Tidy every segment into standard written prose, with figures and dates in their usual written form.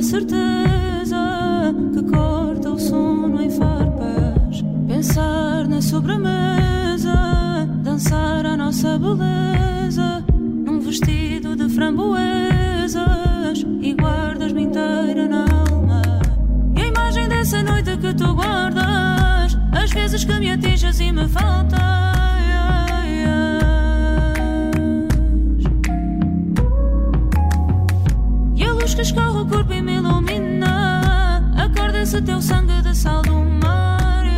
certeza que corta o sono em farpas. Pensar na sobremesa, dançar a nossa beleza, num vestido de framboesas, e guardas-me inteira na alma. E a imagem dessa noite que tu guardas, às vezes que me atinges e me faltas. E a luz que escorre o corpo e me ilumina, acorda esse teu sangue de sal do mar.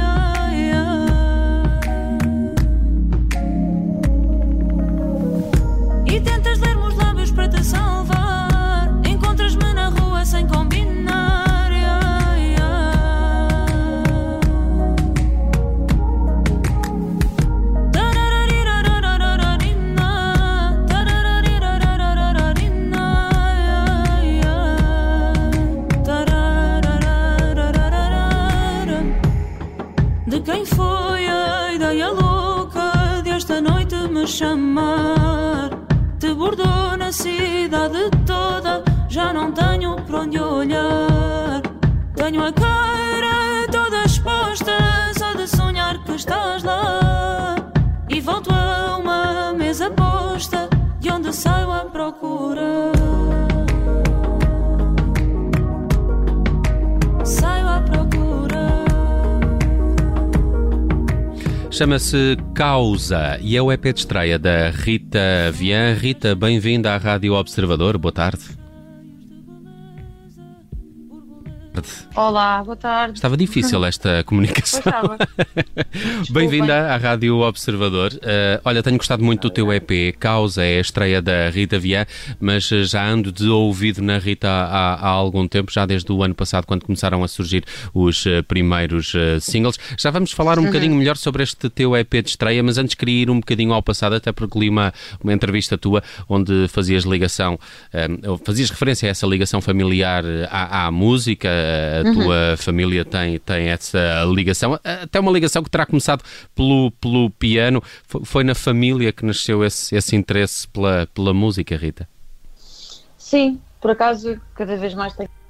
E tentas ler-me os lábios para te salvar, encontras-me na rua sem combinar. De quem foi a ideia louca de esta noite me chamar? Te bordou na cidade toda, já não tenho para onde olhar. Tenho a cara toda exposta, só de sonhar que estás lá. E volto a uma mesa posta, de onde saio à procura. Saio à procura. Chama-se Causa e é o EP de estreia da Rita Vian. Rita, bem-vinda à Rádio Observador. Boa tarde. Olá, boa tarde. Estava difícil esta comunicação. Bem-vinda à Rádio Observador. Olha, tenho gostado muito do teu EP. Causa é a estreia da Rita Vian, mas já ando de ouvido na Rita há algum tempo, já desde o ano passado, quando começaram a surgir os primeiros singles. Já vamos falar um bocadinho melhor sobre este teu EP de estreia, mas antes queria ir um bocadinho ao passado, até porque li uma entrevista tua onde fazias referência a essa ligação familiar à música. A tua família tem essa ligação, até uma ligação que terá começado pelo piano. Foi na família que nasceu esse interesse pela música, Rita? Sim, por acaso, cada vez mais tenho.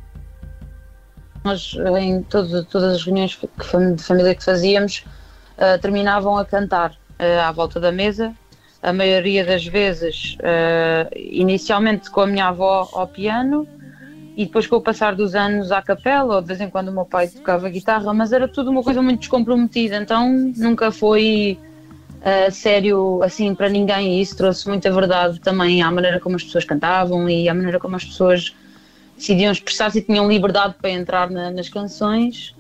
Nós, em todas as reuniões de família que fazíamos, terminavam a cantar à volta da mesa. A maioria das vezes, inicialmente com a minha avó ao piano, e depois com o passar dos anos à capela, ou de vez em quando o meu pai tocava guitarra, mas era tudo uma coisa muito descomprometida, então nunca foi sério assim para ninguém, e isso trouxe muita verdade também à maneira como as pessoas cantavam e à maneira como as pessoas decidiam expressar-se e tinham liberdade para entrar nas canções.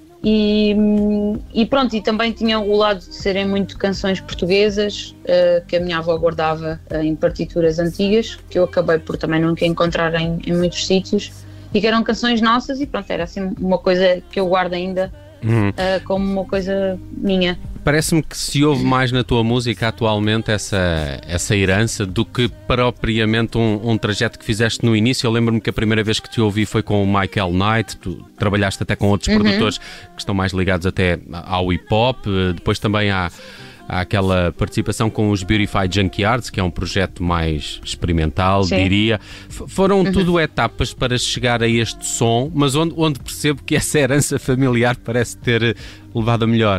E pronto, e também tinham o lado de serem muito canções portuguesas, que a minha avó guardava em partituras antigas, que eu acabei por também nunca encontrar em muitos sítios, e que eram canções nossas, e pronto, era assim uma coisa que eu guardo ainda como uma coisa minha. Parece-me que se ouve mais na tua música atualmente essa herança do que propriamente um trajeto que fizeste no início. Eu lembro-me que a primeira vez que te ouvi foi com o Michael Knight. Tu trabalhaste até com outros produtores que estão mais ligados até ao hip-hop. Depois também há aquela participação com os Beautified Junkyards, que é um projeto mais experimental, sim, diria. Foram tudo etapas para chegar a este som, mas onde percebo que essa herança familiar parece ter levado a melhor.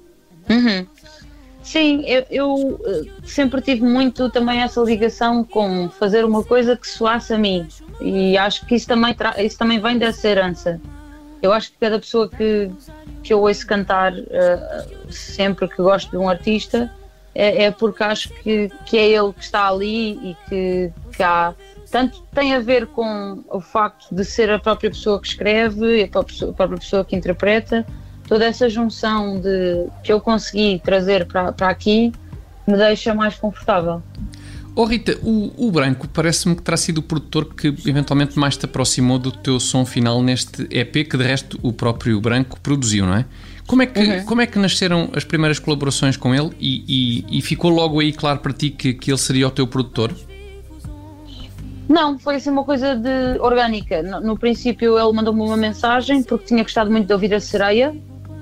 Sim, eu sempre tive muito também essa ligação com fazer uma coisa que soasse a mim, e acho que isso também vem dessa herança. Eu acho que cada pessoa que eu ouço cantar, sempre que gosto de um artista, é porque acho que é ele que está ali, e que há, tanto tem a ver com o facto de ser a própria pessoa que escreve, a própria pessoa que interpreta. Toda essa junção que eu consegui trazer para aqui me deixa mais confortável. Rita, o Branco parece-me que terá sido o produtor que eventualmente mais te aproximou do teu som final neste EP, que de resto o próprio Branco produziu, não é? Como é que nasceram as primeiras colaborações com ele e ficou logo aí claro para ti que ele seria o teu produtor? Não, foi assim uma coisa orgânica. No princípio ele mandou-me uma mensagem porque tinha gostado muito de ouvir a Sereia.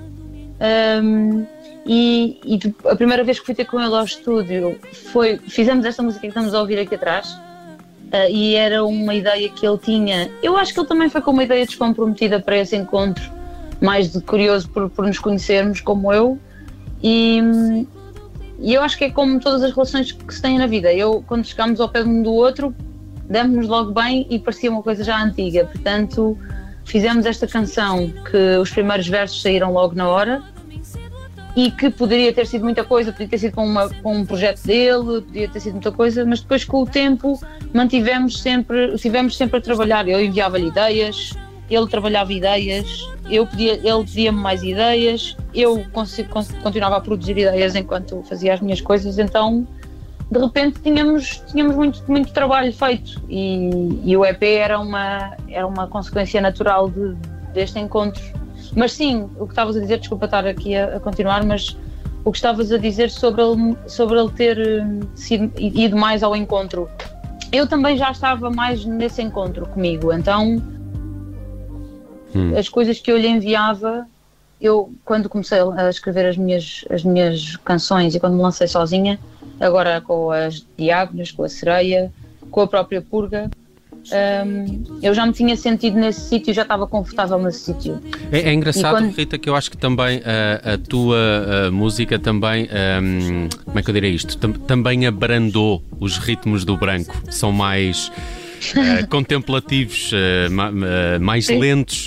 E a primeira vez que fui ter com ele ao estúdio fizemos esta música que estamos a ouvir aqui atrás, e era uma ideia que ele tinha. Eu acho que ele também foi com uma ideia descomprometida para esse encontro, mais de curioso por nos conhecermos, como eu, e eu acho que é como todas as relações que se têm na vida. Quando chegámos ao pé de um do outro, demos-nos logo bem e parecia uma coisa já antiga, portanto fizemos esta canção que os primeiros versos saíram logo na hora e que poderia ter sido muita coisa, podia ter sido com um projeto dele, podia ter sido muita coisa, mas depois com o tempo estivemos sempre a trabalhar. Eu enviava-lhe ideias, ele trabalhava ideias, ele pedia-me mais ideias, eu continuava a produzir ideias enquanto fazia as minhas coisas, então de repente tínhamos muito trabalho feito e o EP era uma consequência natural deste encontro. Mas sim, o que estavas a dizer, desculpa estar aqui a continuar, mas o que estavas a dizer sobre ele ter ido mais ao encontro, eu também já estava mais nesse encontro comigo, então as coisas que eu lhe enviava, eu quando comecei a escrever as minhas canções e quando me lancei sozinha, agora com as Diágonas, com a Sereia, com a própria Purga, eu já me tinha sentido nesse sítio, já estava confortável nesse sítio. É engraçado, Rita, que eu acho que também a tua música também, como é que eu direi isto? Também abrandou os ritmos do Branco, são mais contemplativos, mais lentos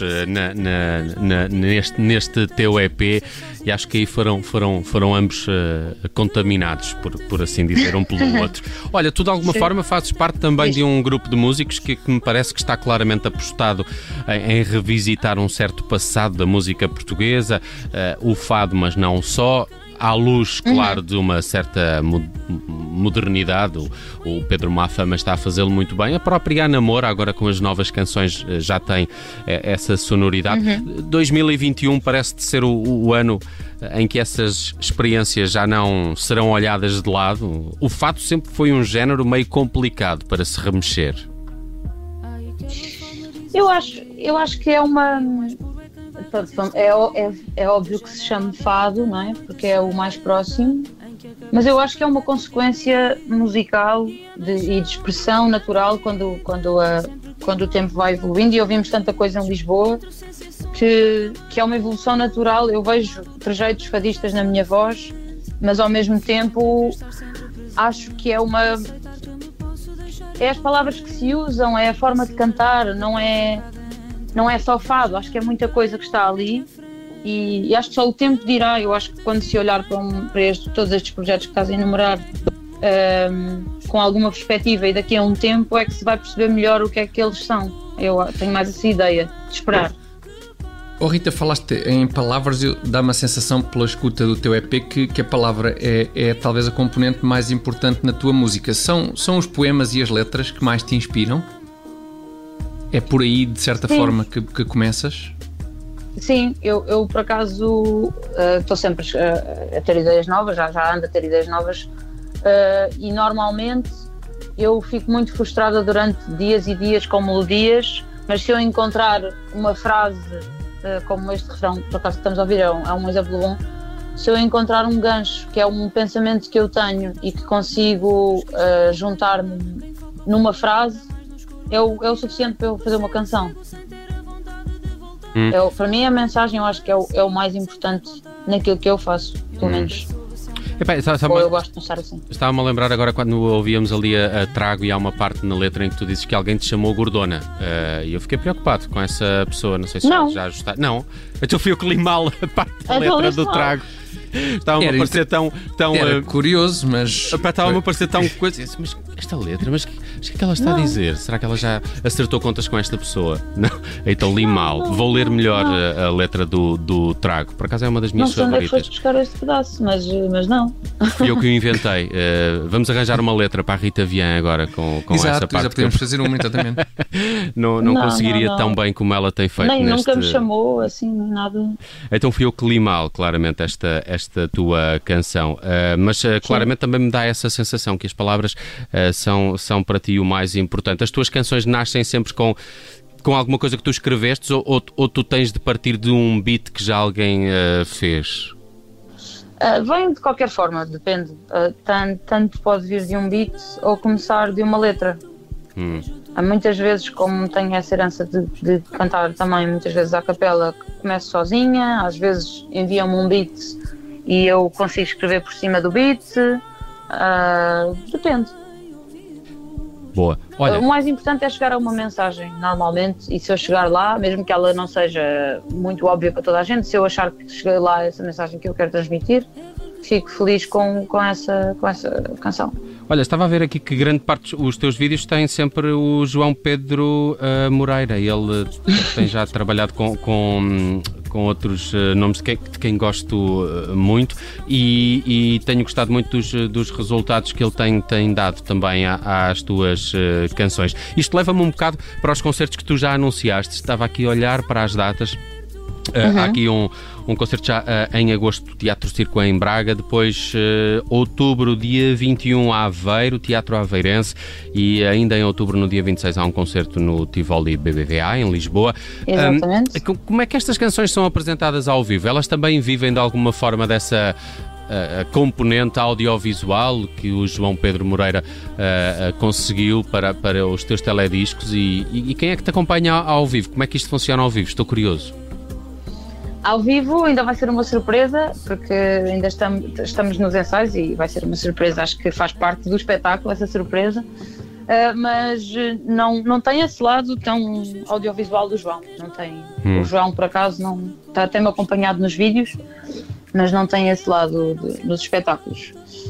neste teu EP, e acho que aí foram ambos contaminados, por assim dizer, um pelo outro. Olha, tu de alguma forma fazes parte também de um grupo de músicos que me parece que está claramente apostado em revisitar um certo passado da música portuguesa, o fado, mas não só, à luz, claro, de uma certa modernidade. O Pedro Mafama está a fazê-lo muito bem. A própria Ana Moura, agora com as novas canções, já tem essa sonoridade. 2021 parece ser o ano em que essas experiências já não serão olhadas de lado. O fado sempre foi um género meio complicado para se remexer. Eu acho que é uma... É óbvio que se chama fado, não é? Porque é o mais próximo, mas eu acho que é uma consequência musical e de expressão natural quando o tempo vai evoluindo, e ouvimos tanta coisa em Lisboa que é uma evolução natural. Eu vejo trejeitos fadistas na minha voz, mas ao mesmo tempo acho que é as palavras que se usam, é a forma de cantar, não é só fado. Acho que é muita coisa que está ali e acho que só o tempo dirá. Eu acho que quando se olhar para todos estes projetos que estás a enumerar com alguma perspectiva e daqui a um tempo é que se vai perceber melhor o que é que eles são. Eu tenho mais essa ideia de esperar. Oh Rita, falaste em palavras, dá-me a sensação pela escuta do teu EP que a palavra é talvez a componente mais importante na tua música. São os poemas e as letras que mais te inspiram? É por aí, de certa forma, que começas? Sim, eu por acaso estou sempre a ter ideias novas, já ando a ter ideias novas, e normalmente eu fico muito frustrada durante dias e dias com melodias, mas se eu encontrar uma frase como este refrão, por acaso que estamos a ouvir, é um exemplo bom, se eu encontrar um gancho, que é um pensamento que eu tenho e que consigo juntar-me numa frase, é o suficiente para eu fazer uma canção. Para mim a mensagem eu acho que é o mais importante naquilo que eu faço, pelo menos. Ou eu gosto de pensar assim. Estava-me a lembrar agora quando ouvíamos ali a Trago, e há uma parte na letra em que tu dizes que alguém te chamou Gordona, e eu fiquei preocupado com essa pessoa, não sei se já ajustaste. Não, então fui eu que li mal a parte da letra do Trago. Estava-me a parecer tão era curioso, mas estava-me a parecer tão coisa. Mas esta letra, mas o que é que ela está a dizer? Será que ela já acertou contas com esta pessoa? Não, então li mal. Vou ler melhor a letra do Trago. Por acaso é uma das minhas favoritas. Não sei onde é que foste buscar este pedaço, mas não. Fui eu que o inventei. Vamos arranjar uma letra para a Rita Vian agora com essa parte. Já podemos fazer uma imediatamente. não conseguiria tão bem como ela tem feito. Nunca me chamou, assim, nada. Então fui eu que li mal, claramente, esta tua canção. Mas claramente também me dá essa sensação que as palavras são para ti o mais importante. As tuas canções nascem sempre com alguma coisa que tu escrevestes, ou tu tens de partir de um beat que já alguém fez? Vem de qualquer forma, depende. Tanto pode vir de um beat ou começar de uma letra. Muitas vezes, como tenho essa herança de cantar também, muitas vezes à capela, começo sozinha, às vezes enviam-me um beat e eu consigo escrever por cima do beat, depende. Boa. Olha, o mais importante é chegar a uma mensagem, normalmente, e se eu chegar lá, mesmo que ela não seja muito óbvia para toda a gente, se eu achar que cheguei lá essa mensagem que eu quero transmitir, fico feliz com essa canção. Olha, estava a ver aqui que grande parte dos teus vídeos tem sempre o João Pedro Moreira. Ele tem já trabalhado com outros nomes de quem gosto muito e tenho gostado muito dos resultados que ele tem dado também às tuas canções. Isto leva-me um bocado para os concertos que tu já anunciaste. Estava aqui a olhar para as datas. Há aqui um concerto já em agosto do Teatro Circo em Braga, depois outubro, dia 21, Aveiro, Teatro Aveirense, e ainda em outubro, no dia 26, há um concerto no Tivoli BBVA, em Lisboa. Exatamente. Como é que estas canções são apresentadas ao vivo? Elas também vivem de alguma forma dessa a componente audiovisual que o João Pedro Moreira conseguiu para os teus telediscos e quem é que te acompanha ao vivo? Como é que isto funciona ao vivo? Estou curioso. Ao vivo ainda vai ser uma surpresa, porque ainda estamos nos ensaios e vai ser uma surpresa, acho que faz parte do espetáculo essa surpresa, mas não tem esse lado tão audiovisual do João, não tem. O João, por acaso, não tem-me acompanhado nos vídeos, mas não tem esse lado nos espetáculos.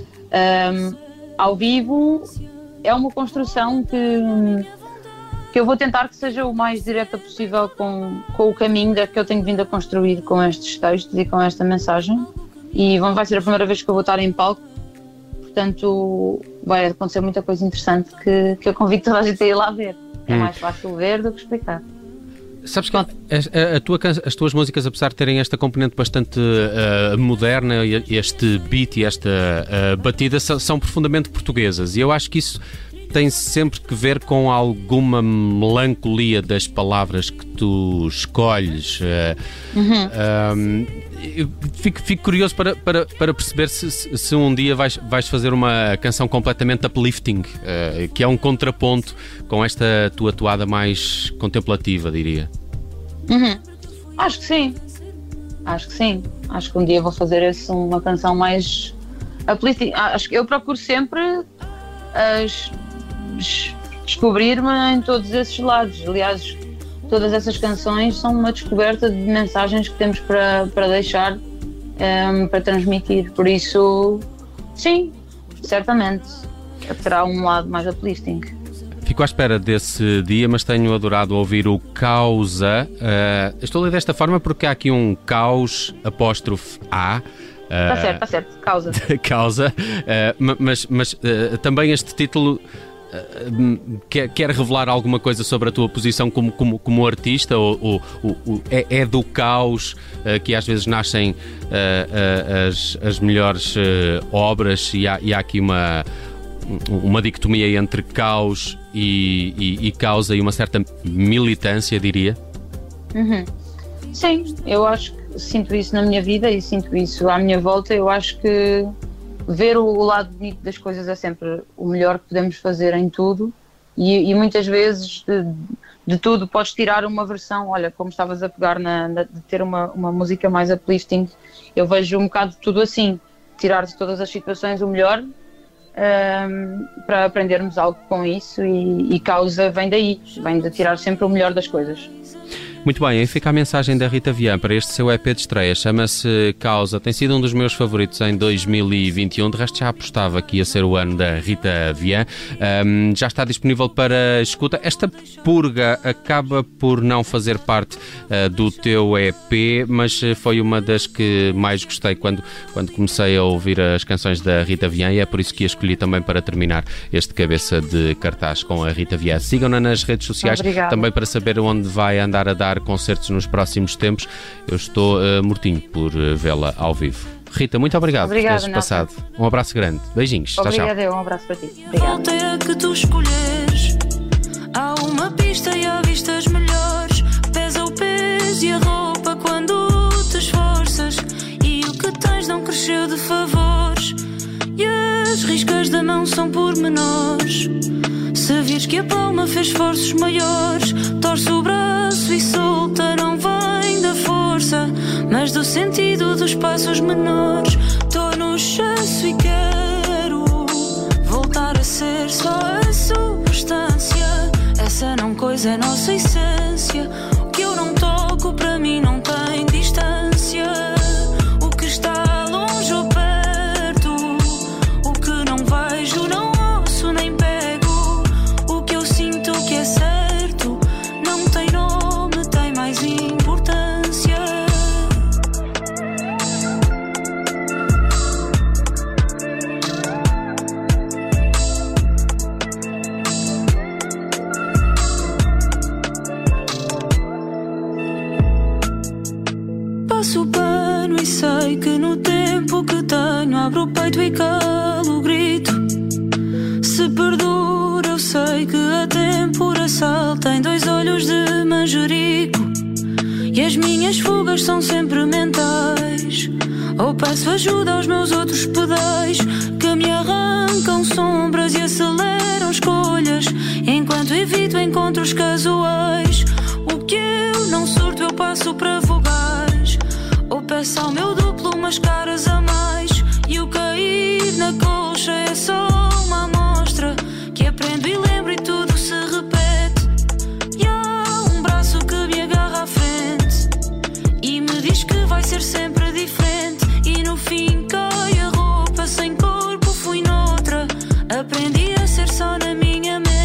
Ao vivo é uma construção que eu vou tentar que seja o mais direta possível com o caminho que eu tenho vindo a construir com estes textos e com esta mensagem, e vai ser a primeira vez que eu vou estar em palco, portanto vai acontecer muita coisa interessante que eu convido toda a gente a ir lá ver. É mais fácil ver do que explicar. Sabes que as tuas músicas, apesar de terem esta componente bastante moderna, este beat e esta batida, são profundamente portuguesas, e eu acho que isso tem sempre que ver com alguma melancolia das palavras que tu escolhes. Fico curioso para perceber se um dia vais fazer uma canção completamente uplifting, que é um contraponto com esta tua toada mais contemplativa, diria. Acho que sim. Acho que um dia vou fazer uma canção mais uplifting. Acho que eu procuro sempre descobrir-me em todos esses lados. Aliás, todas essas canções são uma descoberta de mensagens que temos para deixar, para transmitir. Por isso, sim, certamente terá um lado mais uplifting. Fico à espera desse dia, mas tenho adorado ouvir o Causa. Estou a ler desta forma porque há aqui um caos apóstrofe A. Está certo, Causa. Causa, mas também este título quer revelar alguma coisa sobre a tua posição como artista, ou é do caos que às vezes nascem as melhores obras, e há aqui uma dicotomia entre caos e causa e uma certa militância, diria? Sim, eu acho que sinto isso na minha vida e sinto isso à minha volta. Eu acho que ver o lado bonito das coisas é sempre o melhor que podemos fazer em tudo, e muitas vezes de tudo podes tirar uma versão. Olha, como estavas a pegar de ter uma música mais uplifting, eu vejo um bocado de tudo assim, tirar de todas as situações o melhor, para aprendermos algo com isso, e Causa vem daí, vem de tirar sempre o melhor das coisas. Muito bem, aí fica a mensagem da Rita Vian para este seu EP de estreia, chama-se Causa, tem sido um dos meus favoritos em 2021, de resto já apostava que ia ser o ano da Rita Vian. Já está disponível para escuta. Esta purga acaba por não fazer parte do teu EP, mas foi uma das que mais gostei quando comecei a ouvir as canções da Rita Vian, e é por isso que a escolhi também para terminar este cabeça de cartaz com a Rita Vian. Sigam-na nas redes sociais. Obrigada. Também para saber onde vai andar a dar concertos nos próximos tempos. Eu estou mortinho por vê-la ao vivo. Rita, muito obrigado por teres passado. Um abraço grande. Beijinhos. Obrigada, tchau. Um abraço para ti. Obrigada. Voltei a que tu escolheres. Há uma pista e há vistas melhores. Pesa o peso e a roupa quando te esforças. E o que tens não cresceu de favores. E as riscas da mão são pormenores. Se vires que a palma fez esforços maiores, torce o braço e solta. Não vem da força, mas do sentido dos passos menores. Tô no excesso e quero voltar a ser só a substância. Essa não coisa é nossa essência. O que eu não toco para mim não tem distância. O que está longe ou perto, o que não vejo não ouço nem pego. O que eu sinto que é certo não tem nome, tem mais importância. Passo o pano e sei que no tempo que tenho abro o peito e calo o grito. Se perdura eu sei que a tempora salta em 2 olhos de manjerico. E as minhas fugas são sempre mentais. Ou peço ajuda aos meus outros pedais que me arrancam sombras e aceleram escolhas, enquanto evito encontros casuais. O que eu não surto eu passo para vogais, ou peço ao meu duplo umas caras a mais. E o cair na colcha é só uma amostra que aprendo e lembro e tudo se repete. E há um braço que me agarra à frente e me diz que vai ser sempre diferente. E no fim cai a roupa sem corpo, fui noutra. Aprendi a ser só na minha mente.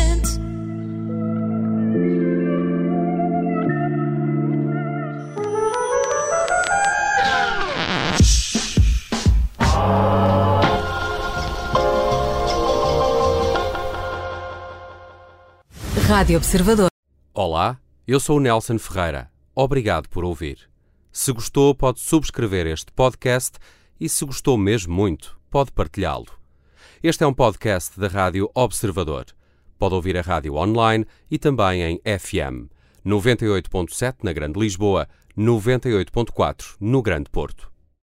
Rádio Observador. Olá, eu sou o Nelson Ferreira. Obrigado por ouvir. Se gostou, pode subscrever este podcast e, se gostou mesmo muito, pode partilhá-lo. Este é um podcast da Rádio Observador. Pode ouvir a rádio online e também em FM 98.7 na Grande Lisboa, 98.4 no Grande Porto.